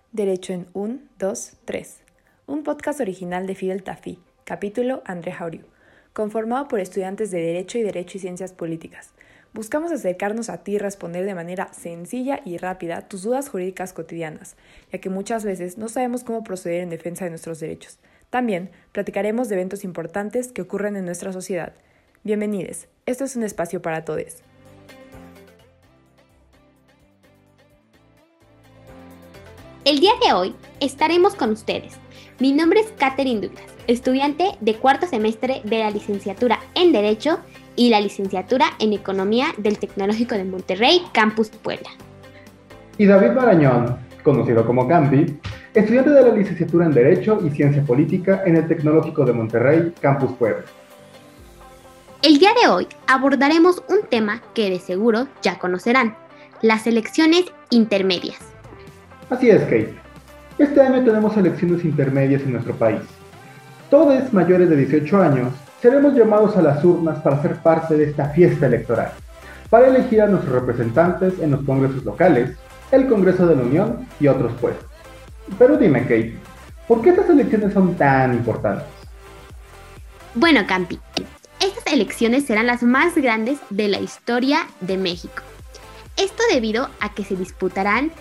Derecho en 1, 2, 3. Un podcast original de Fidel Tafí, capítulo André Jauriu, conformado por estudiantes de Derecho y Ciencias Políticas. Buscamos acercarnos a ti y responder de manera sencilla y rápida tus dudas jurídicas cotidianas, ya que muchas veces no sabemos cómo proceder en defensa de nuestros derechos. También platicaremos de eventos importantes que ocurren en nuestra sociedad. Bienvenidos, esto es un espacio para todos. El día de hoy estaremos con ustedes. Mi nombre es Catherine Douglas, estudiante de cuarto semestre de la licenciatura en Derecho y la licenciatura en Economía del Tecnológico de Monterrey, Campus Puebla. Y David Marañón, conocido como Campi, estudiante de la licenciatura en Derecho y Ciencia Política en el Tecnológico de Monterrey, Campus Puebla. El día de hoy abordaremos un tema que de seguro ya conocerán, las elecciones intermedias. Así es, Kate. Este año tenemos elecciones intermedias en nuestro país. Todos mayores de 18 años seremos llamados a las urnas para ser parte de esta fiesta electoral, para elegir a nuestros representantes en los congresos locales, el Congreso de la Unión y otros puestos. Pero dime, Kate, ¿por qué estas elecciones son tan importantes? Bueno, Campi, estas elecciones serán las más grandes de la historia de México. Esto debido a que se disputarán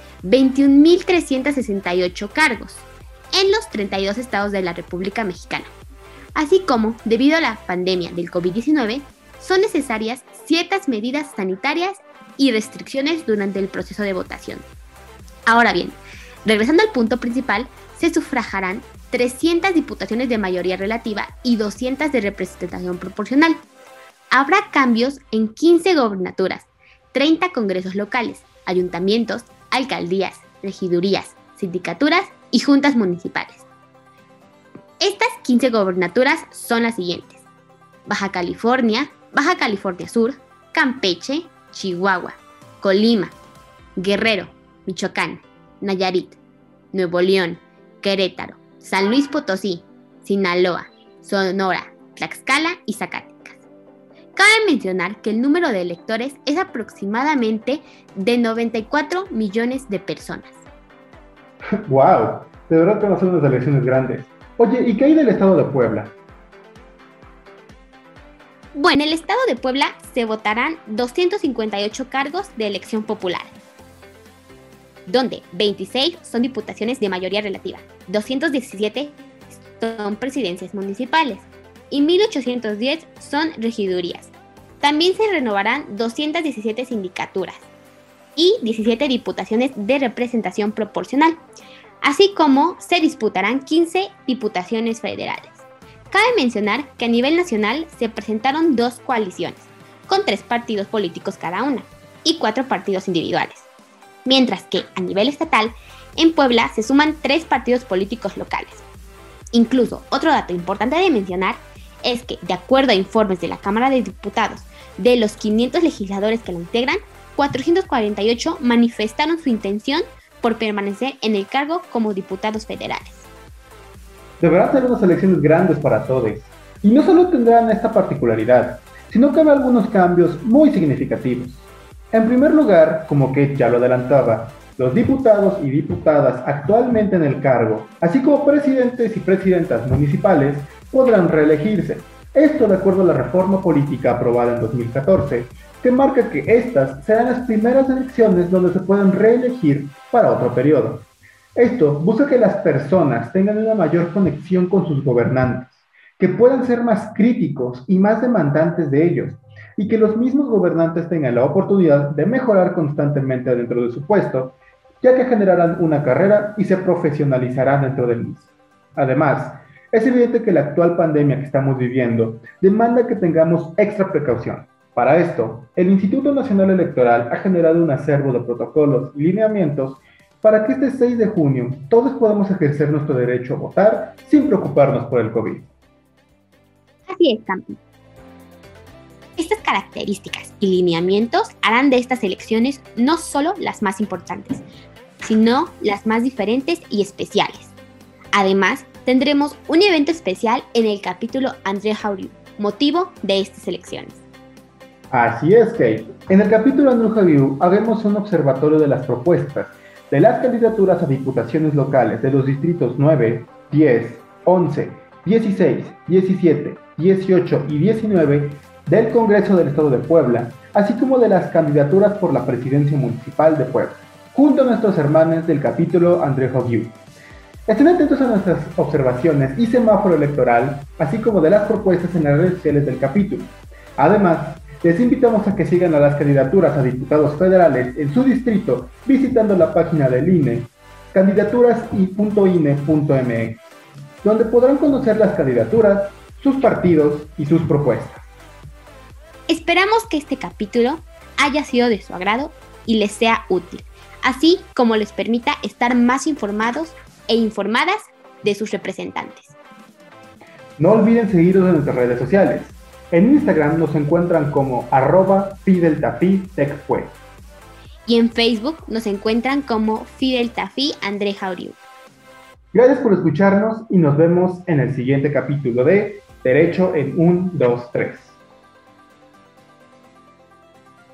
21.368 cargos en los 32 estados de la República Mexicana. Así como, debido a la pandemia del COVID-19, son necesarias ciertas medidas sanitarias y restricciones durante el proceso de votación. Ahora bien, regresando al punto principal, se sufragarán 300 diputaciones de mayoría relativa y 200 de representación proporcional. Habrá cambios en 15 gobernaturas, 30 congresos locales, ayuntamientos, alcaldías, regidurías, sindicaturas y juntas municipales. Estas 15 gobernaturas son las siguientes: Baja California Sur, Campeche, Chihuahua, Colima, Guerrero, Michoacán, Nayarit, Nuevo León, Querétaro, San Luis Potosí, Sinaloa, Sonora, Tlaxcala y Zacatecas. Cabe mencionar que el número de electores es aproximadamente de 94 millones de personas. ¡Wow! De verdad que van a ser unas elecciones grandes. Oye, ¿y qué hay del estado de Puebla? Bueno, en el estado de Puebla se votarán 258 cargos de elección popular, donde 26 son diputaciones de mayoría relativa, 217 son presidencias municipales y 1.810 son regidurías. También se renovarán 217 sindicaturas y 17 diputaciones de representación proporcional, así como se disputarán 15 diputaciones federales. Cabe mencionar que a nivel nacional se presentaron 2 coaliciones, con 3 partidos políticos cada una y 4 partidos individuales, mientras que a nivel estatal, en Puebla se suman 3 partidos políticos locales. Incluso, otro dato importante de mencionar es que, de acuerdo a informes de la Cámara de Diputados, de los 500 legisladores que la integran, 448 manifestaron su intención por permanecer en el cargo como diputados federales. Deberán ser unas elecciones grandes para todos, y no solo tendrán esta particularidad, sino que habrá algunos cambios muy significativos. En primer lugar, como Kate ya lo adelantaba, los diputados y diputadas actualmente en el cargo, así como presidentes y presidentas municipales, podrán reelegirse. Esto de acuerdo a la reforma política aprobada en 2014, que marca que estas serán las primeras elecciones donde se pueden reelegir para otro periodo. Esto busca que las personas tengan una mayor conexión con sus gobernantes, que puedan ser más críticos y más demandantes de ellos, y que los mismos gobernantes tengan la oportunidad de mejorar constantemente dentro de su puesto, ya que generarán una carrera y se profesionalizarán dentro del mismo. Además, es evidente que la actual pandemia que estamos viviendo demanda que tengamos extra precaución. Para esto, el Instituto Nacional Electoral ha generado un acervo de protocolos y lineamientos para que este 6 de junio todos podamos ejercer nuestro derecho a votar sin preocuparnos por el COVID. Así es, Campi. Estas características y lineamientos harán de estas elecciones no solo las más importantes, sino las más diferentes y especiales. Además, tendremos un evento especial en el capítulo André Jauriu, motivo de estas elecciones. Así es, Kate. En el capítulo André Jauriu haremos un observatorio de las propuestas de las candidaturas a diputaciones locales de los distritos 9, 10, 11, 16, 17, 18 y 19 del Congreso del Estado de Puebla, así como de las candidaturas por la presidencia municipal de Puebla, junto a nuestros hermanos del capítulo André Jauregui. Estén atentos a nuestras observaciones y semáforo electoral, así como de las propuestas en las redes sociales del capítulo. Además, les invitamos a que sigan a las candidaturas a diputados federales en su distrito visitando la página del INE, candidaturas.ine.mx, donde podrán conocer las candidaturas, sus partidos y sus propuestas. Esperamos que este capítulo haya sido de su agrado y les sea útil, así como les permita estar más informados e informadas de sus representantes. No olviden seguirnos en nuestras redes sociales. En Instagram nos encuentran como @FidelTafí.tecfue. Y en Facebook nos encuentran como Fidel Tafí André Jauregui. Gracias por escucharnos y nos vemos en el siguiente capítulo de Derecho en 1, 2, 3.